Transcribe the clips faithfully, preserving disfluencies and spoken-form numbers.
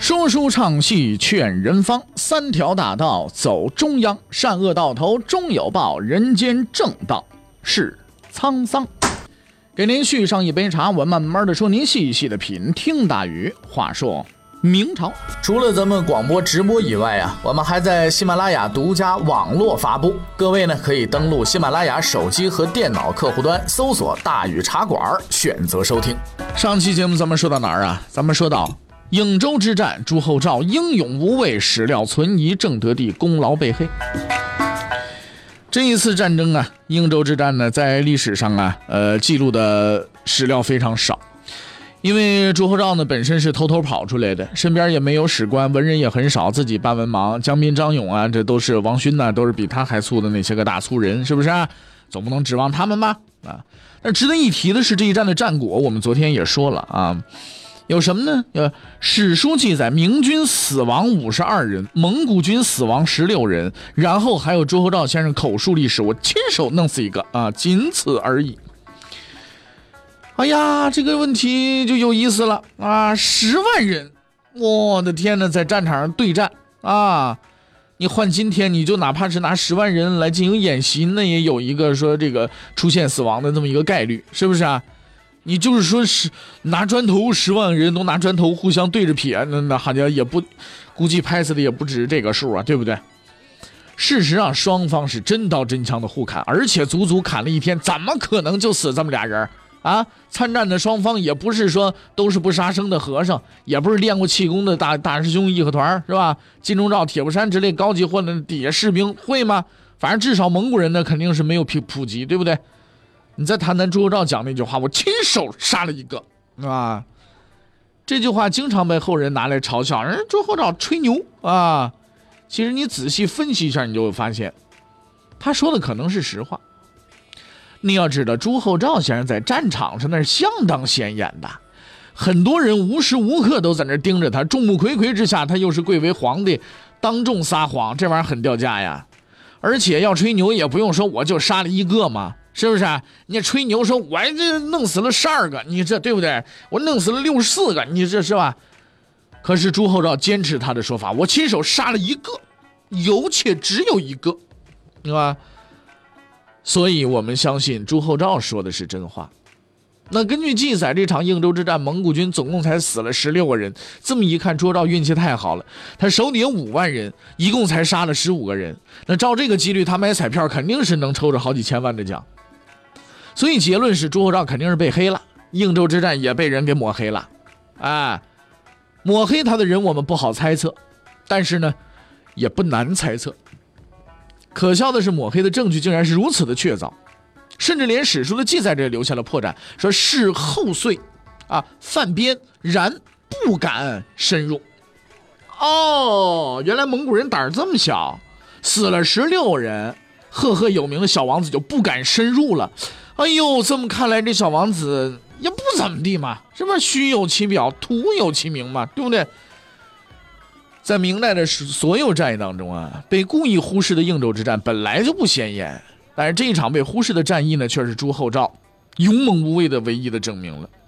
说书唱戏劝人方，三条大道走中央，善恶到头终有报，人间正道是沧桑。给您续上一杯茶，我慢慢的说，您细细的品。听大禹话说明朝， 除了咱们广播直播以外啊，我们还在喜马拉雅独家网络发布。各位呢，可以登录喜马拉雅手机和电脑客户端，搜索大禹茶馆，选择收听。 上期节目咱们说到哪儿啊？咱们说到颍州之战，朱厚照英勇无畏，史料存疑，正德帝功劳被黑。这一次战争啊，颍州之战呢，在历史上啊，呃，记录的史料非常少，因为朱厚照呢本身是偷偷跑出来的，身边也没有史官，文人也很少，自己办文盲。江彬、张勇啊，这都是王勋呢，都是比他还粗的那些个大粗人，是不是啊？总不能指望他们吧？啊，但值得一提的是，这一战的战果，我们昨天也说了啊。有什么呢？呃，史书记载，明军死亡五十二人，蒙古军死亡十六人，然后还有朱厚照先生口述历史，我亲手弄死一个啊，仅此而已。哎呀，这个问题就有意思了啊！十万人，我的天哪，在战场上对战啊！你换今天，你就哪怕是拿十万人来进行演习，那也有一个说这个出现死亡的这么一个概率，是不是啊？你就是说是拿砖头，十万人都拿砖头互相对着撇，那那好像也不，估计拍死的也不止这个数啊，对不对？事实上，双方是真刀真枪的互砍，而且足足砍了一天，怎么可能就死这么俩人啊？参战的双方也不是说都是不杀生的和尚，也不是练过气功的大大师兄义和团，是吧？金钟罩、铁布衫之类高级混的底下士兵会吗？反正至少蒙古人呢肯定是没有普及，对不对？你再谈谈朱厚照讲那句话，我亲手杀了一个，啊，这句话经常被后人拿来嘲笑，人朱厚照吹牛啊。其实你仔细分析一下，你就会发现，他说的可能是实话。你要知道，朱厚照先生在战场上那是相当显眼的，很多人无时无刻都在那盯着他，众目睽睽之下，他又是贵为皇帝，当众撒谎，这玩意儿很掉价呀。而且要吹牛，也不用说我就杀了一个嘛。是不是啊？你吹牛说我这弄死了十二个，你这对不对？我弄死了六十四个，你这是吧？可是朱厚照坚持他的说法，我亲手杀了一个，有且只有一个，对吧？所以我们相信朱厚照说的是真话。那根据记载，这场颍州之战，蒙古军总共才死了十六个人。这么一看，朱厚照运气太好了，他手底下五万人，一共才杀了十五个人。那照这个几率，他买彩票肯定是能抽着好几千万的奖。所以结论是，朱厚照肯定是被黑了，颍州之战也被人给抹黑了，哎，抹黑他的人我们不好猜测，但是呢，也不难猜测。可笑的是，抹黑的证据竟然是如此的确凿，甚至连史书的记载者留下了破绽，说事后遂，啊，犯边然不敢深入。哦，原来蒙古人胆儿这么小，死了十六人，赫赫有名的小王子就不敢深入了。哎呦，这么看来，这小王子也不怎么地嘛，是吧？虚有其表，徒有其名嘛，对不对？在明代的所有战役当中啊，被故意忽视的颍州之战本来就不显眼，但是这一场被忽视的战役呢，却是朱厚照勇猛无畏的唯一的证明了。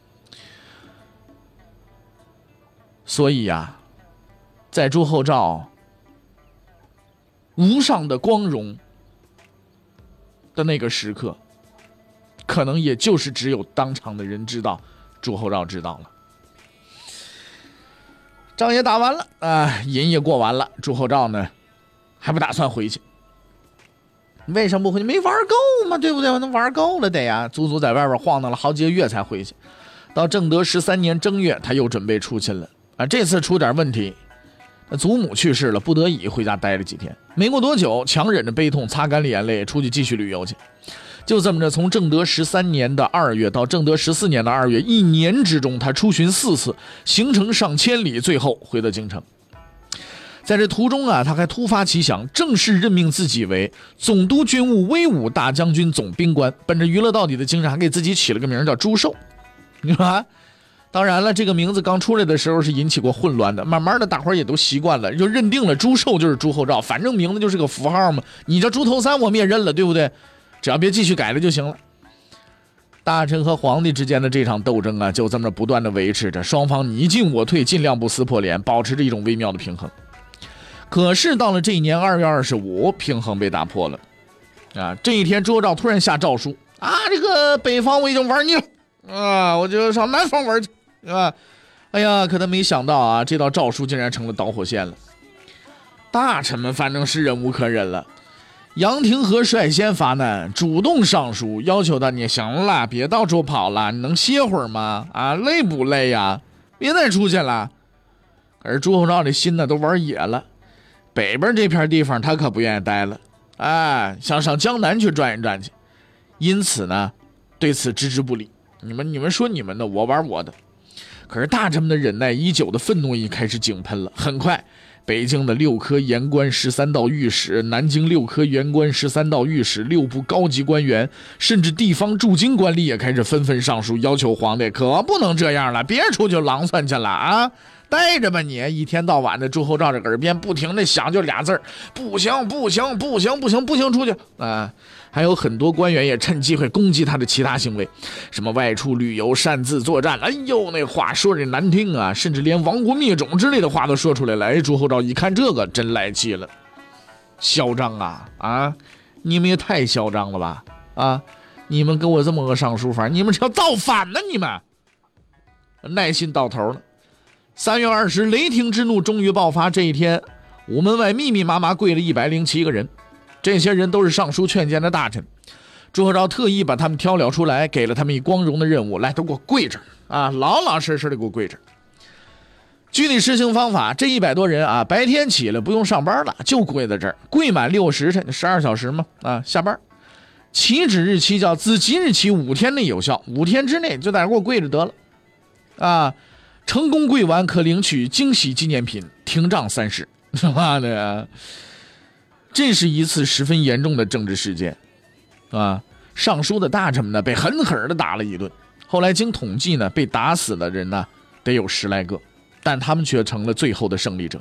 所以呀、啊，在朱厚照无上的光荣的那个时刻，可能也就是只有当场的人知道，朱厚照知道了。仗也打完了啊，瘾也过完了，朱厚照呢还不打算回去。为什么不回去？没玩够嘛，对不对？我能玩够了得呀，足足在外边晃荡了好几个月才回去。到正德十三年正月，他又准备出亲了啊，这次出点问题。那祖母去世了，不得已回家待了几天。没过多久，强忍着悲痛，擦干了眼泪，出去继续旅游去。就这么着，从正德十三年的二月到正德十四年的二月，一年之中，他出巡四次，行程上千里，最后回到京城。在这途中啊，他还突发奇想，正式任命自己为总督军务威武大将军总兵官。本着娱乐到底的精神，还给自己起了个名叫朱寿，你看。当然了，这个名字刚出来的时候是引起过混乱的，慢慢的大伙儿也都习惯了，就认定了朱寿就是朱厚照，反正名字就是个符号嘛，你叫猪头三我们也认了，对不对？只要别继续改了就行了。 大臣和皇帝之间的这场斗争啊，就这么不断的维持着，双方你进我退，尽量不撕破脸，保持着一种微妙的平衡。可是到了这一年二月二十五，平衡被打破了啊！这一天，朱厚照突然下诏书啊，这个北方我已经玩腻了啊，我就上南方玩去啊！哎呀，可他没想到啊，这道诏书竟然成了导火线了。大臣们反正是忍无可忍了。杨廷和率先发难，主动上书要求他，你行了，别到处跑了，你能歇会儿吗？啊，累不累呀？别再出去了。可是朱厚照这心呢都玩野了，北边这片地方他可不愿意待了，哎，想上江南去转一转去。因此呢，对此置之不理。你们你们说你们的，我玩我的。可是大臣们的忍耐已久的愤怒已开始井喷了，很快。北京的六科言官、十三道御史，南京六科言官、十三道御史，六部高级官员，甚至地方驻京官吏也开始纷纷上书，要求皇帝可不能这样了，别出去狼窜去了啊！待着吧你！一天到晚的朱厚照这耳边不停的响，就俩字儿：不行，不行，不行，不行，不行，出去啊！还有很多官员也趁机会攻击他的其他行为，什么外出旅游、擅自作战，哎呦，那话说着难听啊，甚至连亡国灭种之类的话都说出来了。哎，朱厚照一看这个，真来气了，嚣张啊啊！你们也太嚣张了吧啊！你们给我这么个上书法，你们是要造反呢？你们耐心到头了。三月二十，雷霆之怒终于爆发。这一天，午门外密密麻麻跪了一百零七个人。这些人都是上书劝谏的大臣，朱厚照特意把他们挑了出来，给了他们一光荣的任务，来，都给我跪着啊，老老实实的给我跪着。具体实行方法，这一百多人啊，白天起来不用上班了，就跪在这儿，跪满六时辰，十二小时嘛，啊，下班。起止日期叫自即日起五天内有效，五天之内就在这给我跪着得了，啊，成功跪完可领取惊喜纪念品，廷杖三十，妈的。这是一次十分严重的政治事件，啊，上书的大臣们呢被狠狠的打了一顿。后来经统计呢，被打死的人呢得有十来个，但他们却成了最后的胜利者。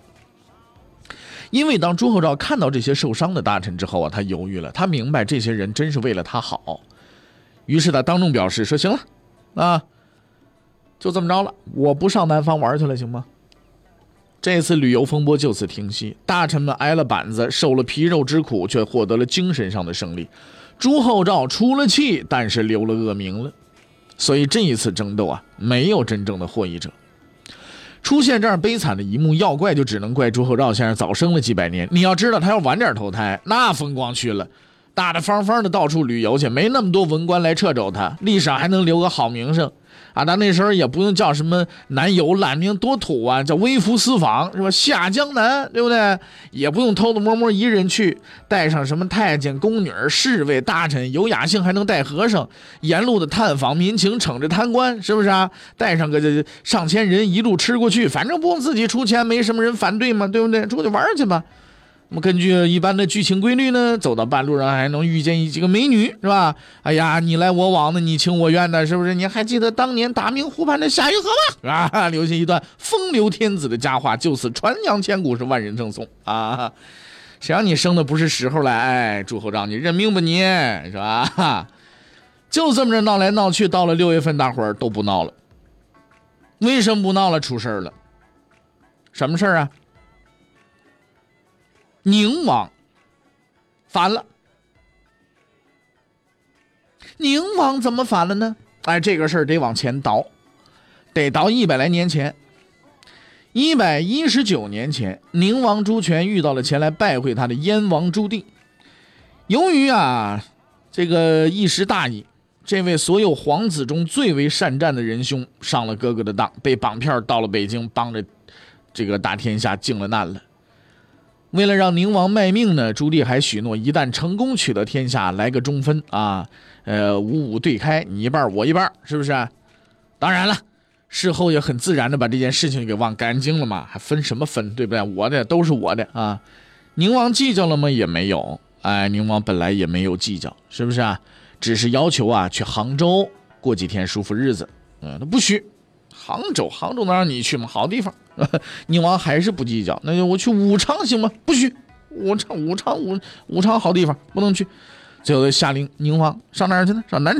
因为当朱厚照看到这些受伤的大臣之后啊，他犹豫了，他明白这些人真是为了他好，于是他当众表示说：“行了，啊，就这么着了，我不上南方玩去了，行吗？”这次旅游风波就此停息，大臣们挨了板子，受了皮肉之苦，却获得了精神上的胜利。朱厚照出了气，但是留了恶名了。所以这一次争斗啊，没有真正的获益者。出现这样悲惨的一幕，要怪就只能怪朱厚照先生早生了几百年。你要知道，他要晚点投胎，那风光去了，大大方方的到处旅游去，没那么多文官来掣肘他，历史上还能留个好名声。啊，他那时候也不用叫什么南游览名多土啊，叫微服私访是吧？下江南，对不对？也不用偷偷摸摸一人去，带上什么太监、宫女、侍卫、大臣，有雅兴还能带和尚，沿路的探访民情，惩治贪官，是不是啊？带上个上千人一路吃过去，反正不用自己出钱，没什么人反对嘛，对不对？出去玩去吧。那么根据一般的剧情规律呢，走到半路上还能遇见几个美女，是吧？哎呀，你来我往的，你情我愿的，是不是？你还记得当年大明湖畔的夏雨荷吗？啊，留下一段风流天子的佳话，就此传扬千古，是万人称颂啊！谁让你生的不是时候来？哎，朱厚照，你认命吧你，是吧？就这么着闹来闹去，到了六月份，大伙儿都不闹了。为什么不闹了？出事了。什么事啊？宁王反了。宁王怎么反了呢？哎，这个事儿得往前倒，得倒一百来年前。一百一十九年前，宁王朱权遇到了前来拜会他的燕王朱棣。由于啊，这个一时大意，这位所有皇子中最为善战的仁兄上了哥哥的当，被绑票到了北京，帮着这个大天下靖了难了。为了让宁王卖命呢，朱棣还许诺，一旦成功取得天下，来个中分啊，呃，五五对开，你一半我一半，是不是啊？当然了，事后也很自然的把这件事情给忘干净了嘛，还分什么分，对不对？我的都是我的啊。宁王计较了吗？也没有。哎，宁王本来也没有计较，是不是啊？只是要求啊去杭州过几天舒服日子。嗯，他不许。杭州，杭州能让你去吗？好地方。宁王还是不计较，那就我去武昌行吗？不许。武昌，武昌，武武昌好地方，不能去。最后下令宁王上哪儿去呢？上南昌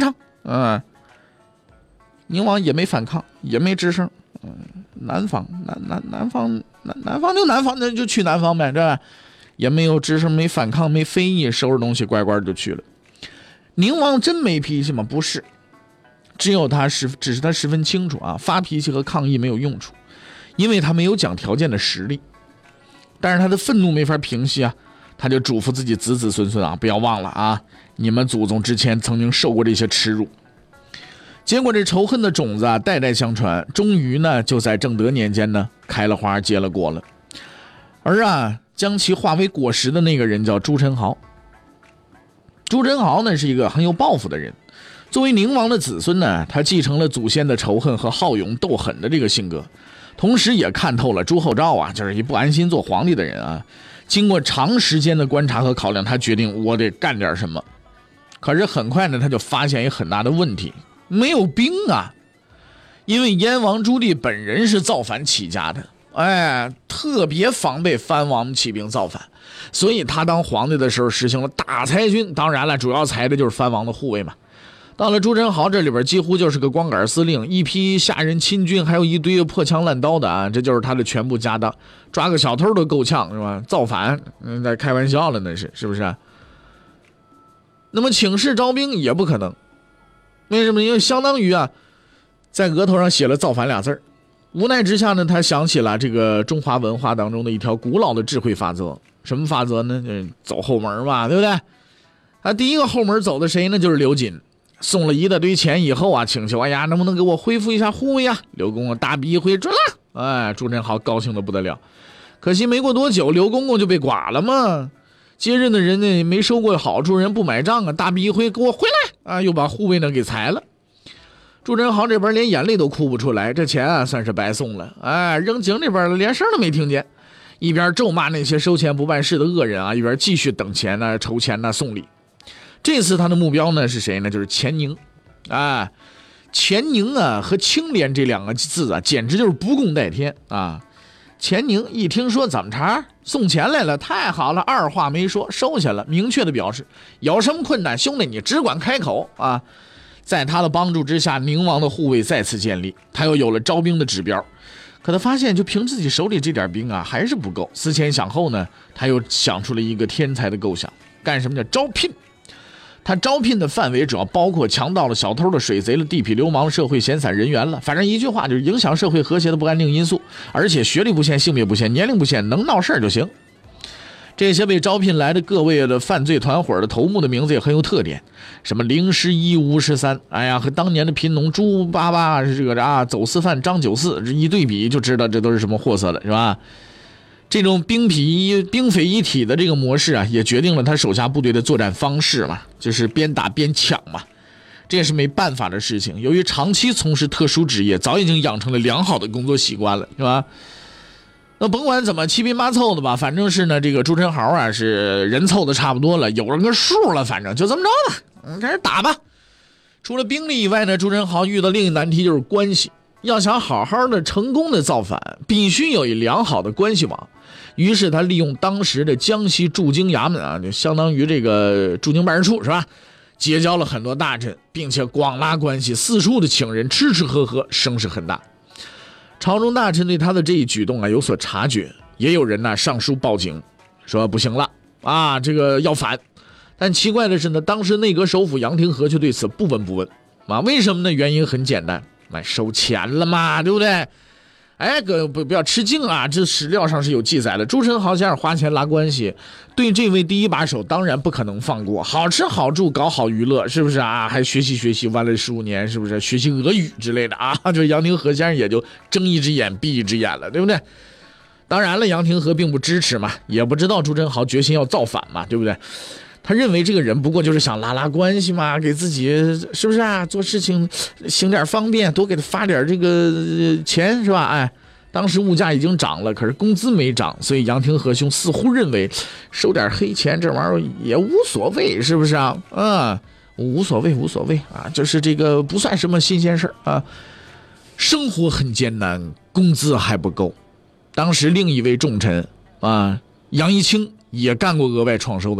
嗯，宁王也没反抗，也没吱声。嗯，南方南南南方南南方就南方，那就去南方呗，对吧？也没有吱声，没反抗，没非议，收拾东西乖乖就去了。宁王真没脾气吗？不是，只有他十只是他十分清楚啊，发脾气和抗议没有用处，因为他没有讲条件的实力。但是他的愤怒没法平息啊，他就嘱咐自己子子孙孙啊，不要忘了啊，你们祖宗之前曾经受过这些耻辱。结果这仇恨的种子啊，代代相传，终于呢，就在正德年间呢，开了花结了果了。而啊，将其化为果实的那个人叫朱宸濠。朱宸濠呢是一个很有抱负的人，作为宁王的子孙呢，他继承了祖先的仇恨和好勇斗狠的这个性格，同时也看透了朱厚照啊，就是一不安心做皇帝的人啊。经过长时间的观察和考量，他决定我得干点什么。可是很快呢，他就发现一个很大的问题。没有兵啊，因为燕王朱棣本人是造反起家的，哎，特别防备藩王起兵造反，所以他当皇帝的时候实行了大裁军，当然了，主要裁的就是藩王的护卫嘛。到了朱宸濠这里边，几乎就是个光杆司令，一批下人亲军，还有一堆破枪烂刀的啊，这就是他的全部家当。抓个小偷都够呛是吧？造反，嗯，在开玩笑了，那是是不是？那么请示招兵也不可能。为什么？因为相当于啊，在额头上写了造反俩字儿。无奈之下呢，他想起了这个中华文化当中的一条古老的智慧法则。什么法则呢？就是走后门嘛，对不对？他第一个后门走的谁呢？就是刘瑾。送了一大堆钱以后啊，请求哎呀，能不能给我恢复一下护卫啊？刘公公大笔一挥，准了。哎，朱宸濠高兴的不得了。可惜没过多久，刘公公就被剐了嘛。接任的人呢没收过好处，人不买账啊，大笔一挥，给我回来啊！又把护卫呢给裁了。朱宸濠这边连眼泪都哭不出来，这钱啊算是白送了。哎，扔井这边连声都没听见，一边咒骂那些收钱不办事的恶人啊，一边继续等钱呢、筹钱呢、送礼。这次他的目标呢是谁呢？就是钱宁。啊，钱宁啊和清廉这两个字啊，简直就是不共戴天啊！钱宁一听说怎么茬送钱来了，太好了，二话没说收下了，明确的表示有什么困难，兄弟你只管开口啊！在他的帮助之下，宁王的护卫再次建立，他又有了招兵的指标。可他发现就凭自己手里这点兵啊还是不够，思前想后呢，他又想出了一个天才的构想，干什么叫招聘。他招聘的范围主要包括强盗了、小偷了、水贼了、地痞流氓、社会闲散人员了，反正一句话就是影响社会和谐的不安定因素，而且学历不限、性别不限、年龄不限，能闹事就行。这些被招聘来的各位的犯罪团伙的头目的名字也很有特点，什么零十一、吴十三，哎呀，和当年的贫农朱八八是这个啊，走私犯张九四，这一对比就知道这都是什么货色的，是吧？这种兵痞兵匪一体的这个模式啊，也决定了他手下部队的作战方式嘛，就是边打边抢嘛，这也是没办法的事情。由于长期从事特殊职业，早已经养成了良好的工作习惯了，是吧？那甭管怎么七拼八凑的吧，反正是呢，这个朱宸濠啊是人凑的差不多了，有了个数了，反正就这么着吧，嗯，开始打吧。除了兵力以外呢，朱宸濠遇到另一个难题就是关系。要想好好的成功的造反，必须有一良好的关系网。于是他利用当时的江西驻京衙门啊，就相当于这个驻京办事处是吧，结交了很多大臣，并且广拉关系，四处的请人，吃吃喝喝，声势很大。朝中大臣对他的这一举动啊有所察觉，也有人呢、啊、上书报警，说不行了啊，这个要反。但奇怪的是呢，当时内阁首辅杨廷和却对此不闻不问啊，为什么呢？原因很简单。来收钱了嘛，对不对？哎，哥不不要吃惊啊！这史料上是有记载的。朱宸濠想花钱拉关系，对这位第一把手当然不可能放过，好吃好住，搞好娱乐，是不是啊？还学习学习，玩了十五年，是不是？学习俄语之类的啊？这杨廷和先生也就睁一只眼闭一只眼了，对不对？当然了，杨廷和并不支持嘛，也不知道朱宸濠决心要造反嘛，对不对？他认为这个人不过就是想拉拉关系嘛，给自己是不是啊做事情行点方便，多给他发点这个钱是吧？哎，当时物价已经涨了，可是工资没涨，所以杨廷和兄似乎认为收点黑钱这玩意儿也无所谓，是不是啊？啊、嗯，无所谓无所谓啊，就是这个不算什么新鲜事啊。生活很艰难，工资还不够。当时另一位重臣啊杨一清也干过额外创收的事儿。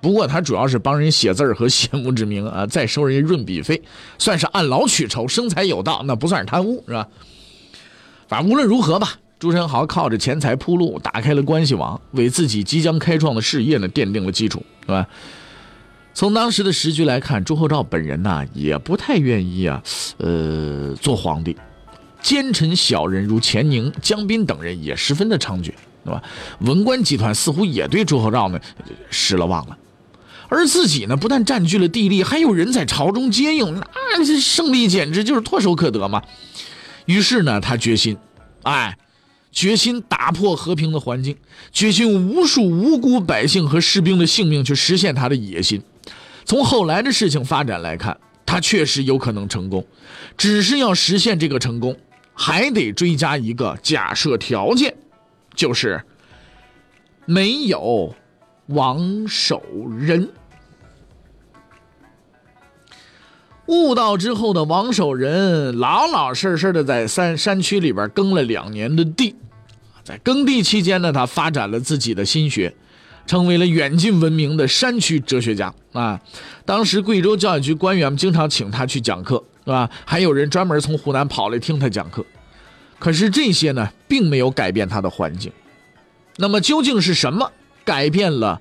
不过他主要是帮人写字和写墓志铭啊，再收人家润笔费，算是按劳取酬，生财有道，那不算是贪污，是吧？反正无论如何吧，朱宸濠靠着钱财铺路，打开了关系网，为自己即将开创的事业呢奠定了基础，是吧？从当时的时局来看，朱厚照本人呢也不太愿意啊，呃，做皇帝。奸臣小人如钱宁、江彬等人也十分的猖獗，对吧？文官集团似乎也对朱厚照呢失了望了。而自己呢，不但占据了地利，还有人在朝中接应，那这胜利简直就是唾手可得嘛。于是呢，他决心，哎，决心打破和平的环境，决心用无数无辜百姓和士兵的性命去实现他的野心。从后来的事情发展来看，他确实有可能成功，只是要实现这个成功，还得追加一个假设条件，就是没有王守仁。悟道之后的王守仁老老实实的在山山区里边耕了两年的地，在耕地期间呢，他发展了自己的心学，成为了远近闻名的山区哲学家啊！当时贵州教育局官员经常请他去讲课，是吧？还有人专门从湖南跑来听他讲课。可是这些呢，并没有改变他的环境。那么究竟是什么改变了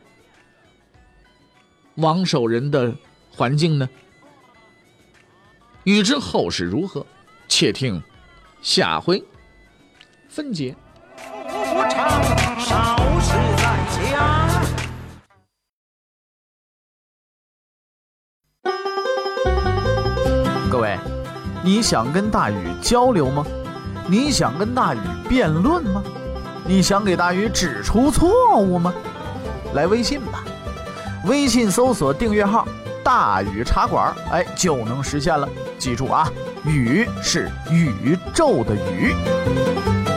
王守仁的环境呢？欲知后事如何，且听下回分解。 不长，少时在家。 各位，你想跟大禹交流吗？你想跟大禹辩论吗？你想给大禹指出错误吗？来微信吧，微信搜索订阅号大禹茶馆，哎，就能实现了。记住啊，禹是宇宙的宇。